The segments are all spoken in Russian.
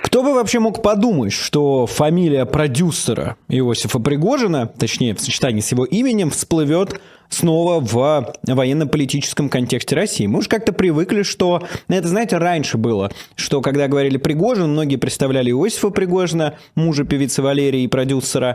Кто бы вообще мог подумать, что фамилия продюсера Иосифа Пригожина, точнее, в сочетании с его именем, всплывет снова в военно-политическом контексте России. Мы уж как-то привыкли, что... Это, знаете, раньше было, что когда говорили Пригожин, многие представляли Иосифа Пригожина, мужа певицы Валерии и продюсера,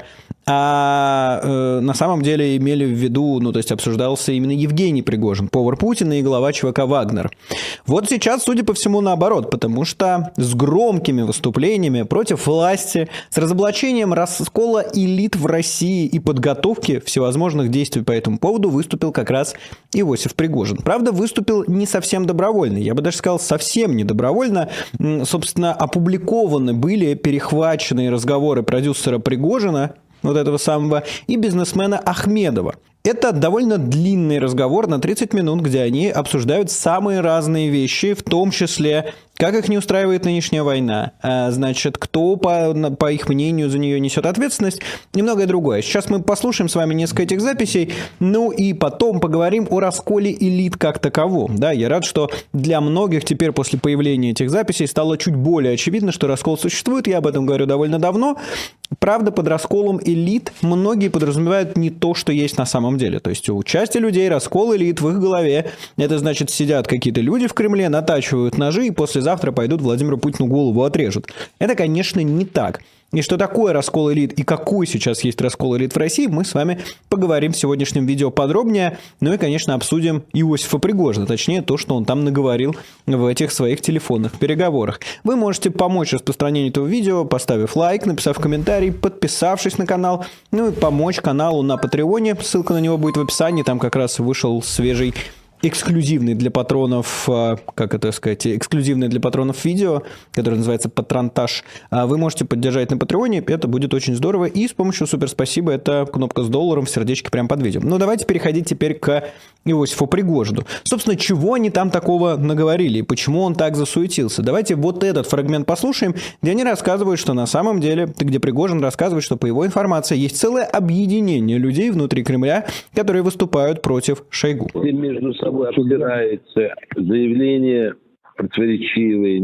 а на самом деле имели в виду, ну, то есть обсуждался именно Евгений Пригожин, повар Путина и глава ЧВК «Вагнер». Вот сейчас, судя по всему, наоборот, потому что с громкими выступлениями против власти, с разоблачением раскола элит в России и подготовки всевозможных действий по этому поводу выступил как раз Иосиф Пригожин. Правда, выступил не совсем добровольно, я бы даже сказал, совсем не добровольно. Собственно, опубликованы были перехваченные разговоры продюсера Пригожина, вот этого самого, и бизнесмена Ахмедова. Это довольно длинный разговор на 30 минут, где они обсуждают самые разные вещи, в том числе, как их не устраивает нынешняя война, значит, кто, по их мнению, за нее несет ответственность и многое другое. Сейчас мы послушаем с вами несколько этих записей, ну и потом поговорим о расколе элит как таковом. Да, я рад, что для многих теперь после появления этих записей стало чуть более очевидно, что раскол существует, я об этом говорю довольно давно. Правда, под расколом элит многие подразумевают не то, что есть на самом деле. То есть у части людей раскол элит в их голове. Это значит, сидят какие-то люди в Кремле, натачивают ножи и послезавтра пойдут Владимиру Путину голову отрежут. Это, конечно, не так. И что такое раскол элит и какой сейчас есть раскол элит в России, мы с вами поговорим в сегодняшнем видео подробнее. Ну и, конечно, обсудим Иосифа Пригожина, точнее то, что он там наговорил в этих своих телефонных переговорах. Вы можете помочь распространению этого видео, поставив лайк, написав комментарий, подписавшись на канал, ну и помочь каналу на Патреоне. Ссылка на него будет в описании, там как раз вышел свежий эксклюзивный для патронов, как это сказать, эксклюзивное для патронов видео, которое называется «Патронтаж». Вы можете поддержать на Патреоне, это будет очень здорово. И с помощью «Супер спасибо» это кнопка с долларом в сердечке прямо под видео. Ну, давайте переходить теперь к Иосифу Пригожину. Собственно, чего они там такого наговорили и почему он так засуетился? Давайте вот этот фрагмент послушаем, где они рассказывают, что на самом деле, где Пригожин рассказывает, что по его информации есть целое объединение людей внутри Кремля, которые выступают против Шойгу. Между собой обсирается заявления противоречивые,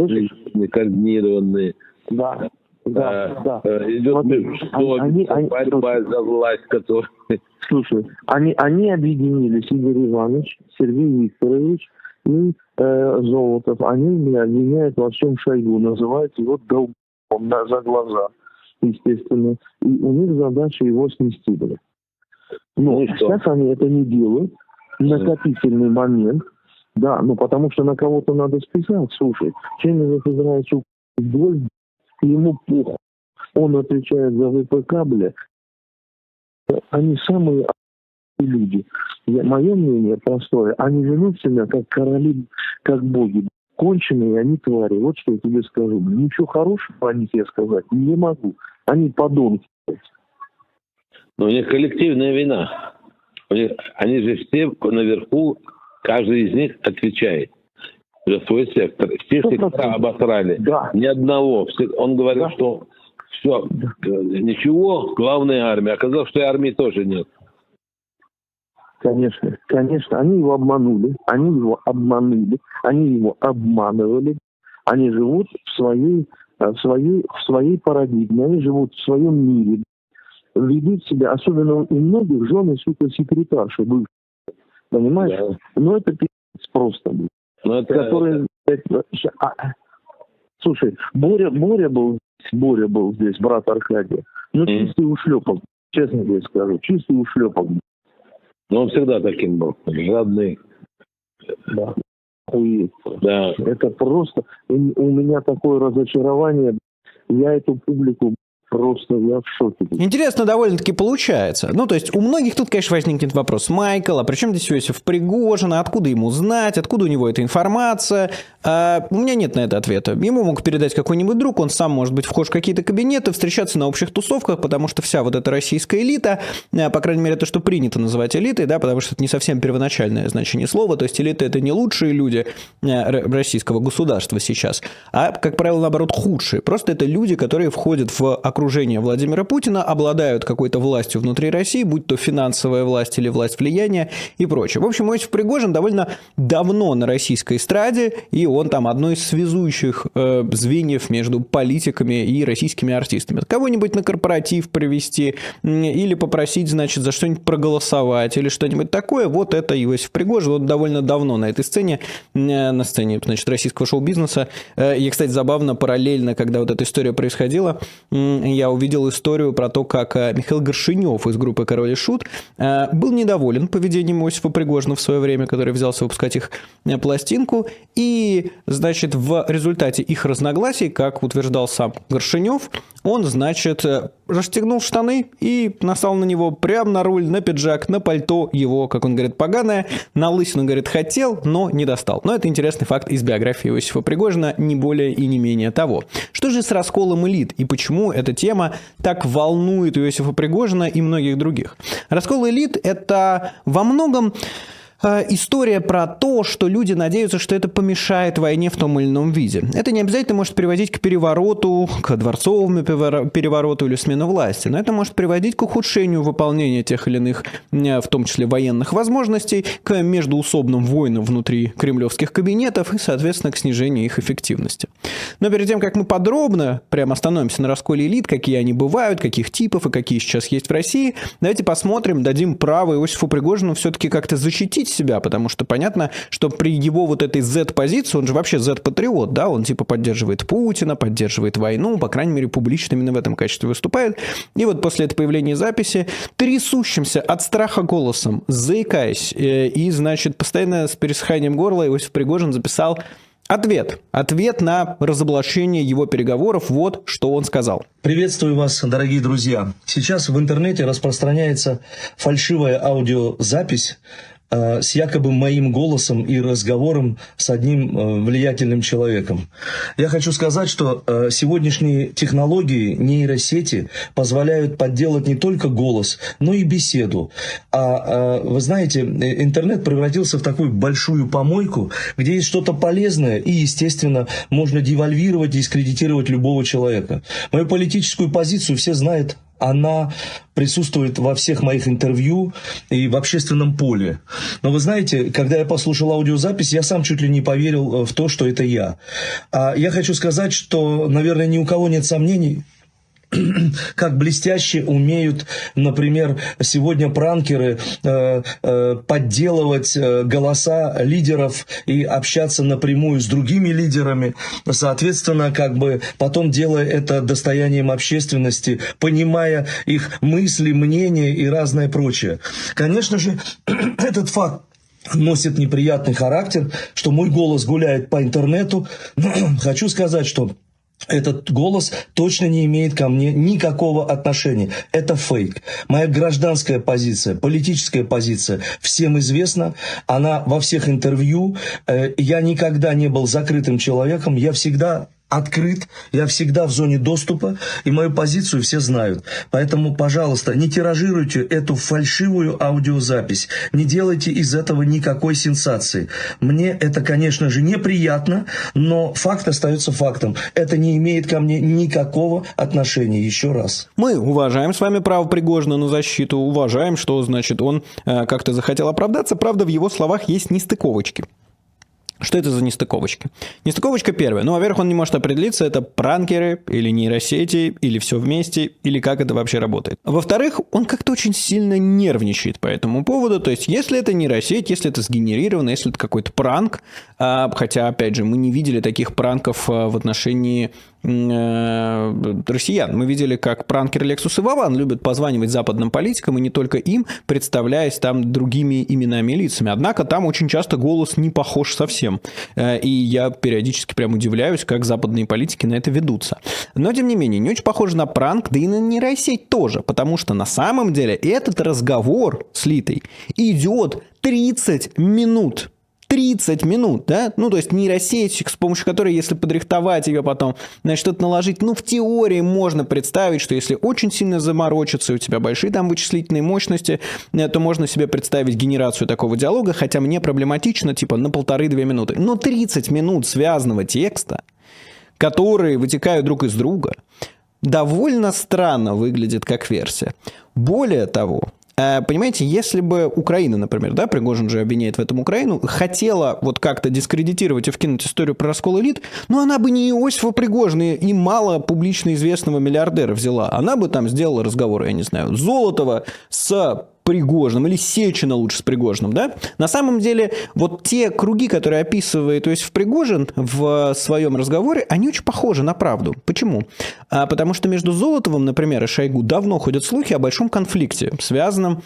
некоординированные. Да. Идет борьба за власть, которая... Слушай, они объединились, Игорь Иванович, Сергей Викторович и Золотов. Они меня обвиняют во всем Шойгу, называют его долбом за глаза, естественно. И у них задача его снести была. Но сейчас они это не делают. Накопительный момент, да, ну потому что на кого-то надо списать, слушай, чем из Израиля вдоль, ему похуй, он отвечает за ВПК, бля, они самые люди. Мое мнение простое, они ведут себя как короли, как боги, конченые они твари, вот что я тебе скажу, ничего хорошего о них я сказать не могу, они подонки. Но у них коллективная вина. Они же все наверху, каждый из них отвечает за свой сектор. Все сектора обосрали. Да. Ни одного. Он говорил, что все, ничего, главная армия. Оказалось, что и армии тоже нет. Конечно. Они его обманули. Они его обманывали. Они живут в своей парадигме. Они живут в своем мире. Ведут себя, особенно у многих, жены, сука, секретарши бывшие. Понимаешь? Да. Но это пиздец просто. Который... Слушай, Боря был здесь, брат Аркадия. Ну, чистый ушлепок, честно тебе скажу. Чистый ушлепок. Но он всегда таким был. Жадный. Да. Да. Это просто... У меня такое разочарование. Я эту публику... Просто я в шоке. Интересно довольно-таки получается. Ну, то есть у многих тут, конечно, возникнет вопрос: Майкл, а при чем здесь Иосиф Пригожин? Откуда ему знать? Откуда у него эта информация? У меня нет на это ответа. Ему мог передать какой-нибудь друг, он сам, может быть, вхож в какие-то кабинеты, встречаться на общих тусовках, потому что вся вот эта российская элита, по крайней мере, то, что принято называть элитой, да, потому что это не совсем первоначальное значение слова, то есть элита — это не лучшие люди российского государства сейчас, а, как правило, наоборот, худшие. Просто это люди, которые входят в окружение окружения Владимира Путина обладают какой-то властью внутри России, будь то финансовая власть или власть влияния и прочее. В общем, Иосиф Пригожин довольно давно на российской эстраде, и он там одно из связующих звеньев между политиками и российскими артистами. Кого-нибудь на корпоратив привести или попросить, значит, за что-нибудь проголосовать или что-нибудь такое. Вот это Иосиф Пригожин. Он довольно давно на этой сцене, на сцене, значит, российского шоу-бизнеса. И, кстати, забавно, параллельно, когда вот эта история происходила, я увидел историю про то, как Михаил Горшенев из группы «Король и Шут» был недоволен поведением Иосифа Пригожина в свое время, который взялся выпускать их пластинку. И, значит, в результате их разногласий, как утверждал сам Горшенев, он, значит, расстегнул штаны и насал на него прямо на руль, на пиджак, на пальто его, как он говорит, поганое. На лысину, говорит, хотел, но не достал. Но это интересный факт из биографии Иосифа Пригожина, не более и не менее того. Что же с расколом элит и почему эта тема так волнует Иосифа Пригожина и многих других? Раскол элит – это во многом история про то, что люди надеются, что это помешает войне в том или ином виде. Это не обязательно может приводить к перевороту, к дворцовому перевороту или смену власти, но это может приводить к ухудшению выполнения тех или иных, в том числе военных возможностей, к междуусобным войнам внутри кремлевских кабинетов и, соответственно, к снижению их эффективности. Но перед тем, как мы подробно прямо остановимся на расколе элит, какие они бывают, каких типов и какие сейчас есть в России, давайте посмотрим, дадим право Иосифу Пригожину все-таки как-то защитить себя, потому что понятно, что при его вот этой Z-позиции, он же вообще Z-патриот, да, он типа поддерживает Путина, поддерживает войну, по крайней мере, публично именно в этом качестве выступает. И вот после этого появления записи, трясущимся от страха голосом, заикаясь и, значит, постоянно с пересыханием горла, Иосиф Пригожин записал ответ на разоблачение его переговоров. Вот что он сказал. Приветствую вас, дорогие друзья. Сейчас в интернете распространяется фальшивая аудиозапись с якобы моим голосом и разговором с одним влиятельным человеком. Я хочу сказать, что сегодняшние технологии нейросети позволяют подделать не только голос, но и беседу. Вы знаете, интернет превратился в такую большую помойку, где есть что-то полезное и, естественно, можно девальвировать и дискредитировать любого человека. Мою политическую позицию все знают. Она присутствует во всех моих интервью и в общественном поле. Но вы знаете, когда я послушал аудиозапись, я сам чуть ли не поверил в то, что это я. Я хочу сказать, что, наверное, ни у кого нет сомнений, как блестяще умеют, например, сегодня пранкеры подделывать голоса лидеров и общаться напрямую с другими лидерами, соответственно, как бы потом делая это достоянием общественности, понимая их мысли, мнения и разное прочее. Конечно же, этот факт носит неприятный характер, что мой голос гуляет по интернету. Хочу сказать, что этот голос точно не имеет ко мне никакого отношения. Это фейк. Моя гражданская позиция, политическая позиция всем известна. Она во всех интервью. Я никогда не был закрытым человеком. Я всегда открыт, я всегда в зоне доступа, и мою позицию все знают. Поэтому, пожалуйста, не тиражируйте эту фальшивую аудиозапись, не делайте из этого никакой сенсации. Мне это, конечно же, неприятно, но факт остается фактом. Это не имеет ко мне никакого отношения, еще раз. Мы уважаем с вами право Пригожина на защиту, уважаем, что, значит, он как-то захотел оправдаться, правда, в его словах есть нестыковочки. Что это за нестыковочки? Нестыковочка первая. Ну, во-первых, он не может определиться, это пранкеры или нейросети, или все вместе, или как это вообще работает. Во-вторых, он как-то очень сильно нервничает по этому поводу. То есть, если это нейросеть, если это сгенерировано, если это какой-то пранк, хотя, опять же, мы не видели таких пранков в отношении россиян. Мы видели, как пранкер Лексус и Вован любят позванивать западным политикам, и не только им, представляясь там другими именами и лицами. Однако там очень часто голос не похож совсем. И я периодически прям удивляюсь, как западные политики на это ведутся. Но, тем не менее, не очень похоже на пранк, да и на нейросеть тоже, потому что на самом деле этот разговор слитый идет 30 минут. 30 минут, да? Ну, то есть нейросеть, с помощью которой, если подрихтовать ее потом, значит, что-то наложить, ну, в теории можно представить, что если очень сильно заморочиться, у тебя большие там вычислительные мощности, то можно себе представить генерацию такого диалога, хотя мне проблематично, типа, на 1,5-2 минуты. Но 30 минут связанного текста, которые вытекают друг из друга, довольно странно выглядит как версия. Более того, понимаете, если бы Украина, например, да, Пригожин же обвиняет в этом Украину, хотела вот как-то дискредитировать и вкинуть историю про раскол элит, но она бы не Иосифа Пригожина и мало публично известного миллиардера взяла. Она бы там сделала разговор, я не знаю, Золотова с Пригожиным или Сечина лучше с Пригожиным, да? На самом деле, вот те круги, которые описывает Иосиф Пригожин в своем разговоре, они очень похожи на правду. Почему? Потому что между Золотовым, например, и Шойгу давно ходят слухи о большом конфликте, связанном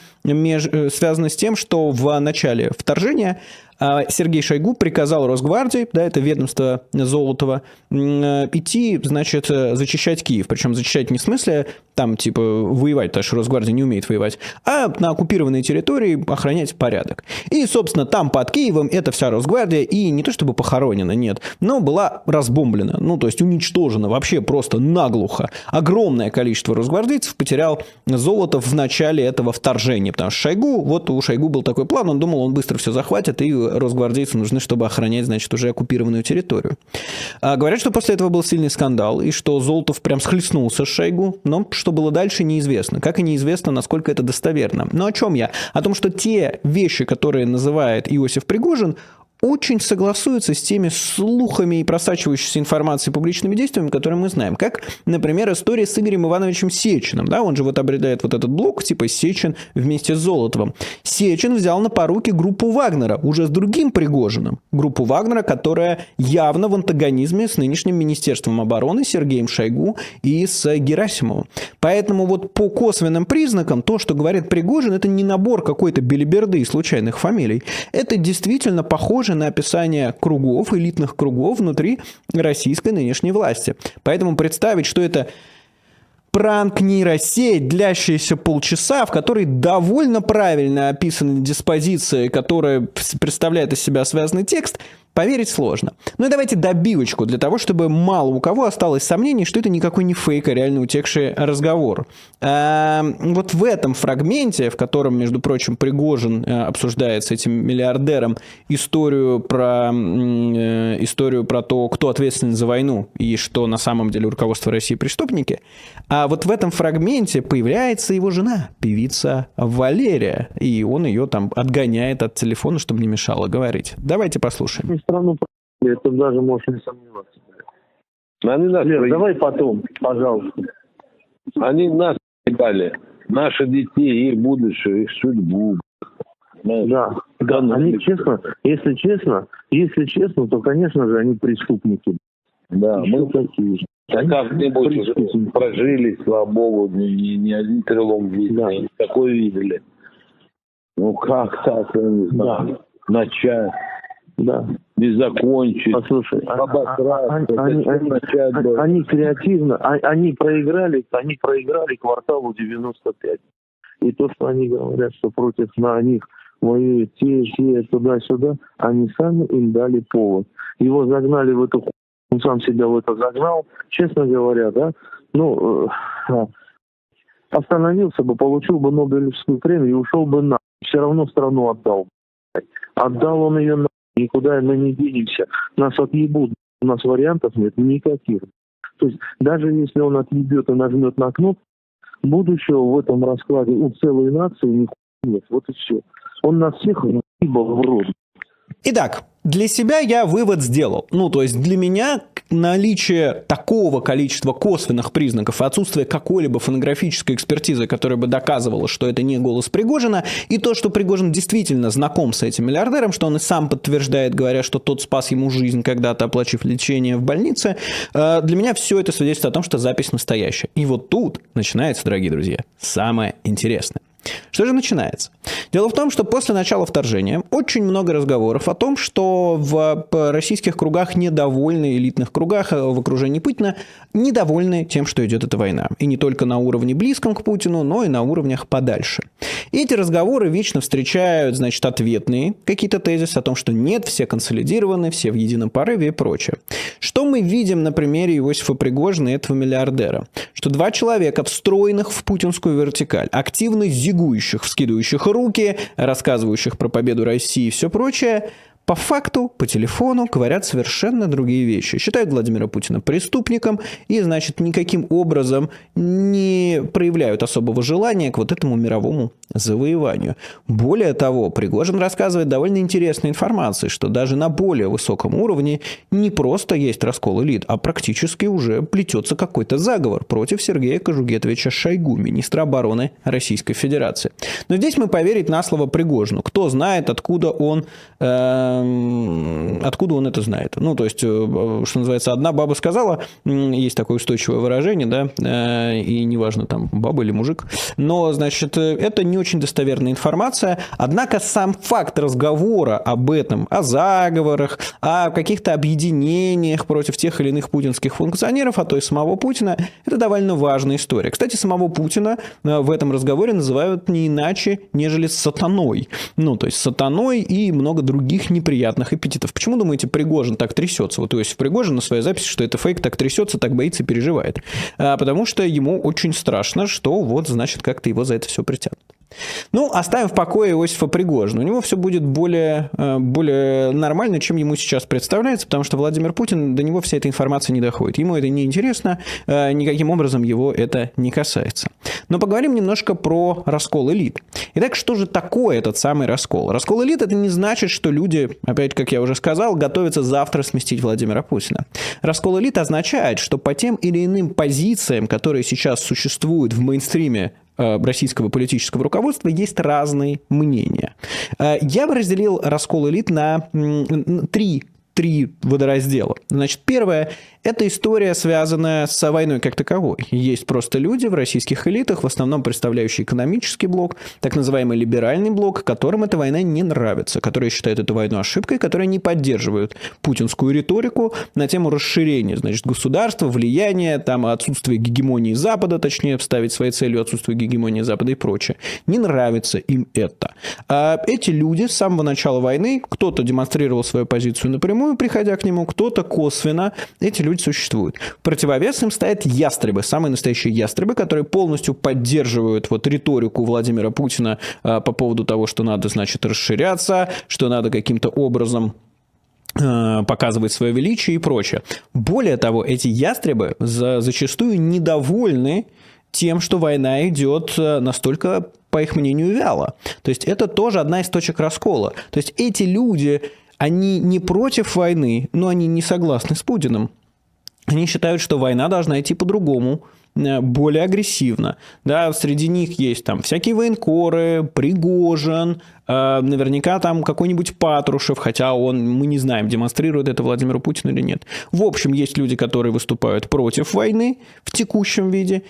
с тем, что в начале вторжения Сергей Шойгу приказал Росгвардии, да, это ведомство Золотова, идти, значит, зачищать Киев. Причем зачищать не в смысле там, типа, воевать, потому что Росгвардия не умеет воевать, а на оккупированной территории охранять порядок. И, собственно, там под Киевом эта вся Росгвардия и не то чтобы похоронена, нет, но была разбомблена, ну, то есть уничтожена вообще просто наглухо. Огромное количество росгвардейцев потерял Золотов в начале этого вторжения, потому что Шойгу, вот у Шойгу был такой план, он думал, он быстро все захватит, и росгвардейцы нужны, чтобы охранять, значит, уже оккупированную территорию. Говорят, что после этого был сильный скандал, и что Золотов прям схлестнулся с Шойгу, но что было дальше, неизвестно. Как и неизвестно, насколько это достоверно. Но о чем я? О том, что те вещи, которые называет Иосиф Пригожин, очень согласуются с теми слухами и просачивающейся информацией, публичными действиями, которые мы знаем. Как, например, история с Игорем Ивановичем Сечиным. Да, он же вот обретает вот этот блок, типа Сечин вместе с Золотовым. Сечин взял на поруки группу Вагнера, уже с другим Пригожиным. Группу Вагнера, которая явно в антагонизме с нынешним Министерством обороны, Сергеем Шойгу и с Герасимовым. Поэтому вот по косвенным признакам то, что говорит Пригожин, это не набор какой-то белиберды и случайных фамилий. Это действительно похоже на описание кругов, элитных кругов внутри российской нынешней власти. Поэтому представить, что это пранк-нейросеть, длящаяся полчаса, в которой довольно правильно описаны диспозиции, которая представляет из себя связанный текст, поверить сложно. Ну и давайте добивочку, для того, чтобы мало у кого осталось сомнений, что это никакой не фейк, а реально утекший разговор. Вот в этом фрагменте, в котором, между прочим, Пригожин обсуждает с этим миллиардером историю про то, кто ответственен за войну и что на самом деле руководство России преступники, а вот в этом фрагменте появляется его жена, певица Валерия, и он ее там отгоняет от телефона, чтобы не мешало говорить. Давайте послушаем. Страну, это даже можешь не сомневаться. Лер, давай потом, пожалуйста. Они нас ебали, наши детей, их будущее, их судьбу. Да, они честно, если честно, то, конечно же, они преступники. Да, мы такие. А как-нибудь прожили, слава богу, ни один перелом видели, да. Не такое видели. Ну как так, я не знаю, да. Начать. Да. Не закончить. Послушай, они креативно, они проиграли кварталу 95. И то, что они говорят, что против на них воюют те, туда-сюда, они сами им дали повод. Его загнали в эту он сам себя в это загнал, честно говоря, да, остановился бы, получил бы Нобелевскую премию и ушел бы на. Все равно страну отдал. Отдал он ее на. Никуда мы не денемся. Нас отъебут. У нас вариантов нет никаких. То есть даже если он отъебет и нажмет на кнопку, будущего в этом раскладе у целой нации нихуя нет. Вот и все. Он нас всех въебал в рот. Итак, для себя я вывод сделал. Ну, то есть для меня наличие такого количества косвенных признаков, отсутствие какой-либо фонографической экспертизы, которая бы доказывала, что это не голос Пригожина, и то, что Пригожин действительно знаком с этим миллиардером, что он и сам подтверждает, говоря, что тот спас ему жизнь, когда-то оплатив лечение в больнице, для меня все это свидетельствует о том, что запись настоящая. И вот тут начинается, дорогие друзья, самое интересное. Что же начинается? Дело в том, что после начала вторжения очень много разговоров о том, что в российских кругах недовольны, элитных кругах в окружении Путина, недовольны тем, что идет эта война. И не только на уровне близком к Путину, но и на уровнях подальше. И эти разговоры вечно встречают, значит, ответные какие-то тезисы о том, что нет, все консолидированы, все в едином порыве и прочее. Что мы видим на примере Иосифа Пригожина и этого миллиардера? Что два человека, встроенных в путинскую вертикаль, активно зигующих, вскидывающих руки, рассказывающих про победу России и все прочее, по факту, по телефону говорят совершенно другие вещи. Считают Владимира Путина преступником и, значит, никаким образом не проявляют особого желания к вот этому мировому завоеванию. Более того, Пригожин рассказывает довольно интересной информации, что даже на более высоком уровне не просто есть раскол элит, а практически уже плетется какой-то заговор против Сергея Кожугетовича Шойгу, министра обороны Российской Федерации. Но здесь мы поверить на слово Пригожину. Кто знает, откуда он это знает. Ну, то есть, что называется, одна баба сказала, есть такое устойчивое выражение, да, и неважно, там, баба или мужик, но, значит, это не очень достоверная информация, однако сам факт разговора об этом, о заговорах, о каких-то объединениях против тех или иных путинских функционеров, а то и самого Путина, это довольно важная история. Кстати, самого Путина в этом разговоре называют не иначе, нежели сатаной. Ну, то есть, сатаной и много других неприятных эпитетов. Почему, думаете, Пригожин так трясется? Вот Иосиф Пригожин на своей записи, что это фейк, так трясется, так боится и переживает. Потому что ему очень страшно, что вот, значит, как-то его за это все притянут. Ну, оставим в покое Иосифа Пригожина. У него все будет более нормально, чем ему сейчас представляется, потому что Владимир Путин, до него вся эта информация не доходит. Ему это не интересно, никаким образом его это не касается. Но поговорим немножко про раскол элит. Итак, что же такое этот самый раскол? Раскол элит – это не значит, что люди, опять, как я уже сказал, готовятся завтра сместить Владимира Путина. Раскол элит означает, что по тем или иным позициям, которые сейчас существуют в мейнстриме российского политического руководства, есть разные мнения. Я бы разделил раскол элит на три водораздела. Значит, первое – это история, связанная с войной как таковой. Есть просто люди в российских элитах, в основном представляющие экономический блок, так называемый либеральный блок, которым эта война не нравится, которые считают эту войну ошибкой, которые не поддерживают путинскую риторику на тему расширения, значит, государства, влияния, там, отсутствие гегемонии Запада, точнее, ставить своей целью отсутствие гегемонии Запада и прочее. Не нравится им это. А эти люди с самого начала войны, кто-то демонстрировал свою позицию напрямую, приходя к нему, кто-то косвенно, эти люди существуют. В противовес им стоят ястребы, самые настоящие ястребы, которые полностью поддерживают вот риторику Владимира Путина по поводу того, что надо, значит, расширяться, что надо каким-то образом показывать свое величие и прочее. Более того, эти ястребы зачастую недовольны тем, что война идет настолько, по их мнению, вяло. То есть это тоже одна из точек раскола. То есть эти люди, они не против войны, но они не согласны с Путиным. Они считают, что война должна идти по-другому, более агрессивно. Да, среди них есть там всякие военкоры, Пригожин, наверняка там какой-нибудь Патрушев, хотя мы не знаем, демонстрирует это Владимиру Путину или нет. В общем, есть люди, которые выступают против войны в текущем виде.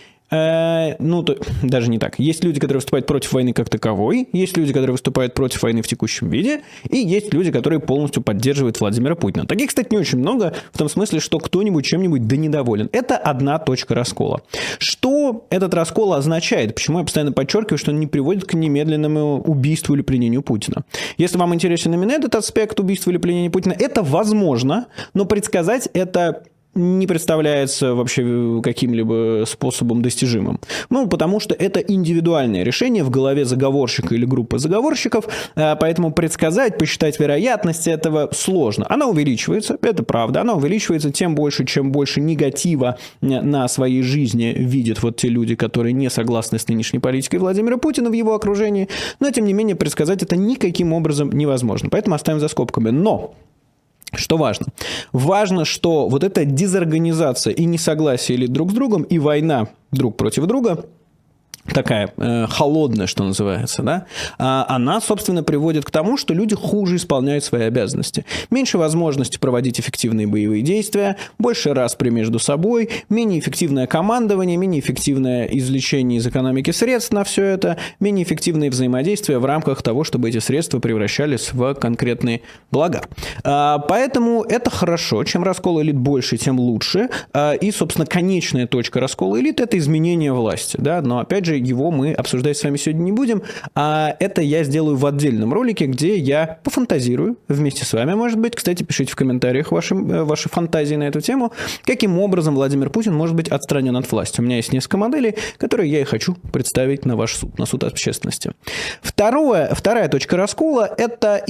Даже не так. Есть люди, которые выступают против войны как таковой, есть люди, которые выступают против войны в текущем виде, и есть люди, которые полностью поддерживают Владимира Путина. Таких, кстати, не очень много, в том смысле, что кто-нибудь чем-нибудь да недоволен. Это одна точка раскола. Что этот раскол означает? Почему я постоянно подчеркиваю, что он не приводит к немедленному убийству или пленению Путина? Если вам интересен именно этот аспект убийства или пленения Путина, это возможно, но предсказать это не представляется вообще каким-либо способом достижимым. Ну, потому что это индивидуальное решение в голове заговорщика или группы заговорщиков, поэтому предсказать, посчитать вероятность этого сложно. Она увеличивается, это правда, она увеличивается тем больше, чем больше негатива на своей жизни видят вот те люди, которые не согласны с нынешней политикой Владимира Путина в его окружении, но, тем не менее, предсказать это никаким образом невозможно. Поэтому оставим за скобками. Но что важно? Важно, что вот эта дезорганизация и несогласие элит друг с другом, и война друг против друга, такая холодная, что называется, да, она, собственно, приводит к тому, что люди хуже исполняют свои обязанности. Меньше возможности проводить эффективные боевые действия, больше распри между собой, менее эффективное командование, менее эффективное извлечение из экономики средств на все это, менее эффективное взаимодействие в рамках того, чтобы эти средства превращались в конкретные блага. Поэтому это хорошо. Чем раскол элит больше, тем лучше. И, собственно, конечная точка раскола элит – это изменение власти. Да? Но, опять же, его мы обсуждать с вами сегодня не будем, а это я сделаю в отдельном ролике, где я пофантазирую вместе с вами, может быть. Кстати, пишите в комментариях ваши фантазии на эту тему, каким образом Владимир Путин может быть отстранен от власти. У меня есть несколько моделей, которые я и хочу представить на ваш суд, на суд общественности. Вторая точка раскола – это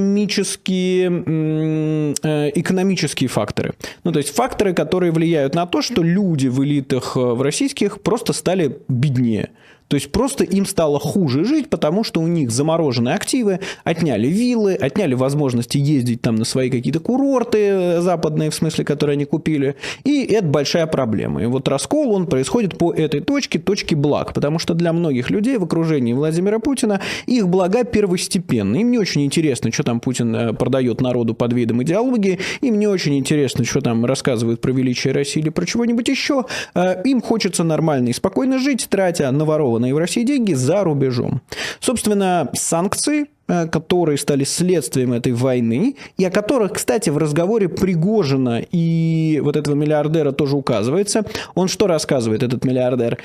экономические факторы. Ну, то есть факторы, которые влияют на то, что люди в элитах в российских просто стали беднее. То есть просто им стало хуже жить, потому что у них заморожены активы, отняли виллы, отняли возможности ездить там на свои какие-то курорты западные, в смысле, которые они купили. И это большая проблема. И вот раскол, он происходит по этой точке благ. Потому что для многих людей в окружении Владимира Путина их блага первостепенны. Им не очень интересно, что там Путин продает народу под видом идеологии. Им не очень интересно, что там рассказывают про величие России или про чего-нибудь еще. Им хочется нормально и спокойно жить, тратя наворованные в России деньги за рубежом. Собственно, санкции, которые стали следствием этой войны, и о которых, кстати, в разговоре Пригожина и вот этого миллиардера тоже указывается. Он что рассказывает, этот миллиардер?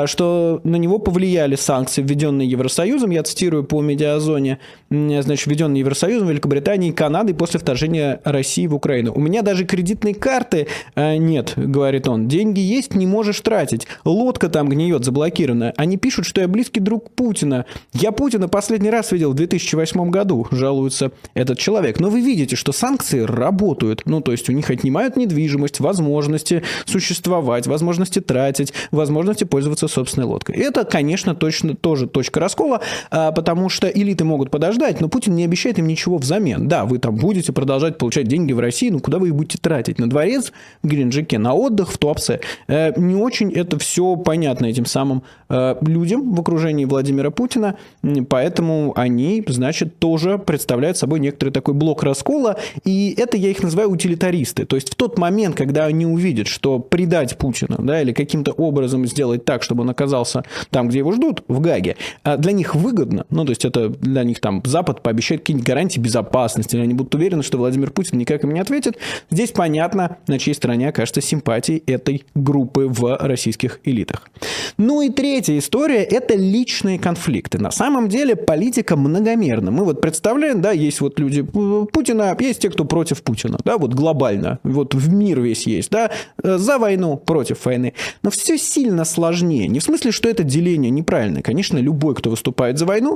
Что на него повлияли санкции, введенные Евросоюзом, я цитирую по Медиазоне, значит, введенные Евросоюзом, Великобританией, Канадой после вторжения России в Украину. У меня даже кредитной карты нет, говорит он. Деньги есть, не можешь тратить. Лодка там гниет, заблокирована. Они пишут, что я близкий друг Путина. Я Путина последний раз видел в 2008 году, жалуется этот человек. Но вы видите, что санкции работают. Ну, то есть у них отнимают недвижимость, возможности существовать, возможности тратить, возможности пользоваться собственной лодкой. Это, конечно, точно тоже точка раскола, потому что элиты могут подождать, но Путин не обещает им ничего взамен. Да, вы там будете продолжать получать деньги в России, но куда вы их будете тратить? На дворец в Геленджике, на отдых в Туапсе? Не очень это все понятно этим самым людям в окружении Владимира Путина, поэтому они, значит, тоже представляют собой некоторый такой блок раскола, и это я их называю утилитаристы. То есть в тот момент, когда они увидят, что предать Путина, да, или каким-то образом сделать так, чтобы он оказался там, где его ждут, в Гааге, для них выгодно, ну, то есть это для них там Запад пообещает какие-нибудь гарантии безопасности, или они будут уверены, что Владимир Путин никак им не ответит, здесь понятно, на чьей стороне окажется симпатии этой группы в российских элитах. Ну и третья история – это личные конфликты. На самом деле политика многомерна. Мы вот представляем, да, есть вот люди Путина, есть те, кто против Путина, да, вот глобально, вот в мир весь есть, да, за войну, против войны. Но все сильно сложнее. Не в смысле, что это деление неправильное. Конечно, любой, кто выступает за войну,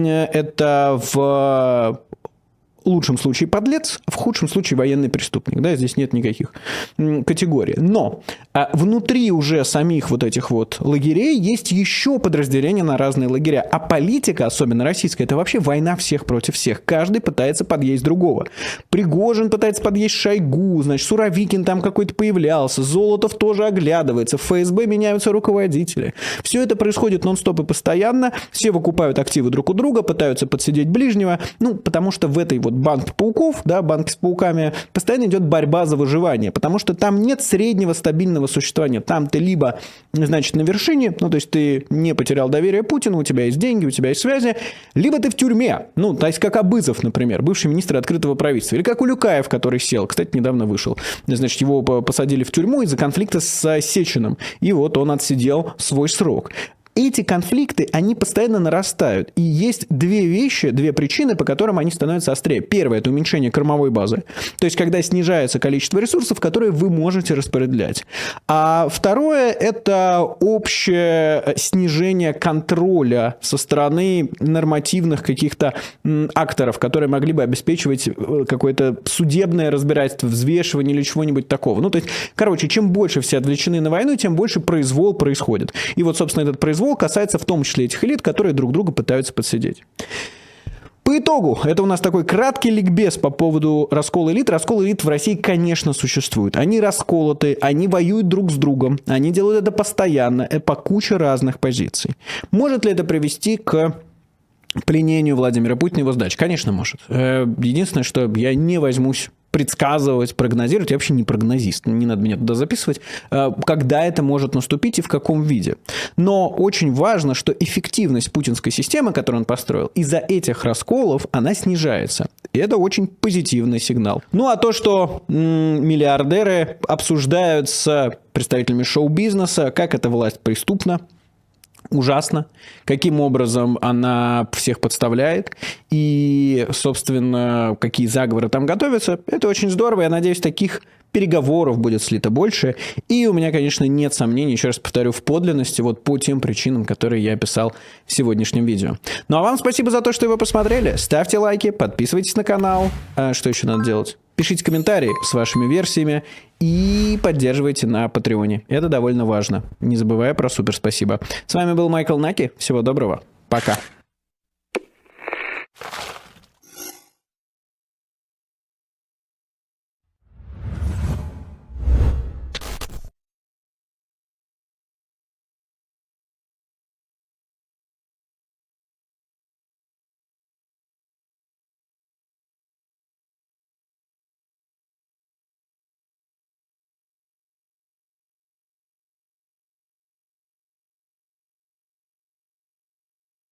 это в лучшем случае подлец, в худшем случае военный преступник. Да, здесь нет никаких категорий. Но внутри уже самих вот этих вот лагерей есть еще подразделения на разные лагеря. А политика, особенно российская, это вообще война всех против всех. Каждый пытается подъесть другого. Пригожин пытается подъесть Шойгу, значит, Суровикин там какой-то появлялся, Золотов тоже оглядывается, в ФСБ меняются руководители. Все это происходит нон-стоп и постоянно. Все выкупают активы друг у друга, пытаются подсидеть ближнего. Ну, потому что в этой вот банке пауков, да, банки с пауками, постоянно идет борьба за выживание, потому что там нет среднего стабильного существования. Там ты либо, значит, на вершине, ну, то есть ты не потерял доверие Путину, у тебя есть деньги, у тебя есть связи, либо ты в тюрьме. Ну, то есть как Абызов, например, бывший министр открытого правительства, или как Улюкаев, который сел, кстати, недавно вышел. Значит, его посадили в тюрьму из-за конфликта с Сечиным, и вот он отсидел свой срок. Эти конфликты, они постоянно нарастают. И есть две причины, по которым они становятся острее. Первое – это уменьшение кормовой базы. То есть, когда снижается количество ресурсов, которые вы можете распределять. А второе – это общее снижение контроля со стороны нормативных каких-то акторов, которые могли бы обеспечивать какое-то судебное разбирательство, взвешивание или чего-нибудь такого. Ну, то есть, короче, чем больше все отвлечены на войну, тем больше произвол происходит. И вот, собственно, этот произвол касается в том числе этих элит, которые друг друга пытаются подсидеть. По итогу, это у нас такой краткий ликбез по поводу раскола элит. Раскол элит в России, конечно, существует. Они расколоты, они воюют друг с другом, они делают это постоянно, по куче разных позиций. Может ли это привести к пленению Владимира Путина и его сдачи? Конечно, может. Единственное, что я не возьмусь предсказывать, прогнозировать, я вообще не прогнозист, не надо меня туда записывать, когда это может наступить и в каком виде. Но очень важно, что эффективность путинской системы, которую он построил, из-за этих расколов она снижается. И это очень позитивный сигнал. Ну а то, что миллиардеры обсуждают с представителями шоу-бизнеса, как эта власть преступна, ужасно, каким образом она всех подставляет и, собственно, какие заговоры там готовятся. Это очень здорово. Я надеюсь, таких переговоров будет слито больше. И у меня, конечно, нет сомнений, еще раз повторю, в подлинности вот по тем причинам, которые я описал в сегодняшнем видео. Ну а вам спасибо за то, что вы посмотрели. Ставьте лайки, подписывайтесь на канал. А что еще надо делать? Пишите комментарии с вашими версиями и поддерживайте на Патреоне. Это довольно важно. Не забывая про супер спасибо. С вами был Майкл Наки. Всего доброго. Пока.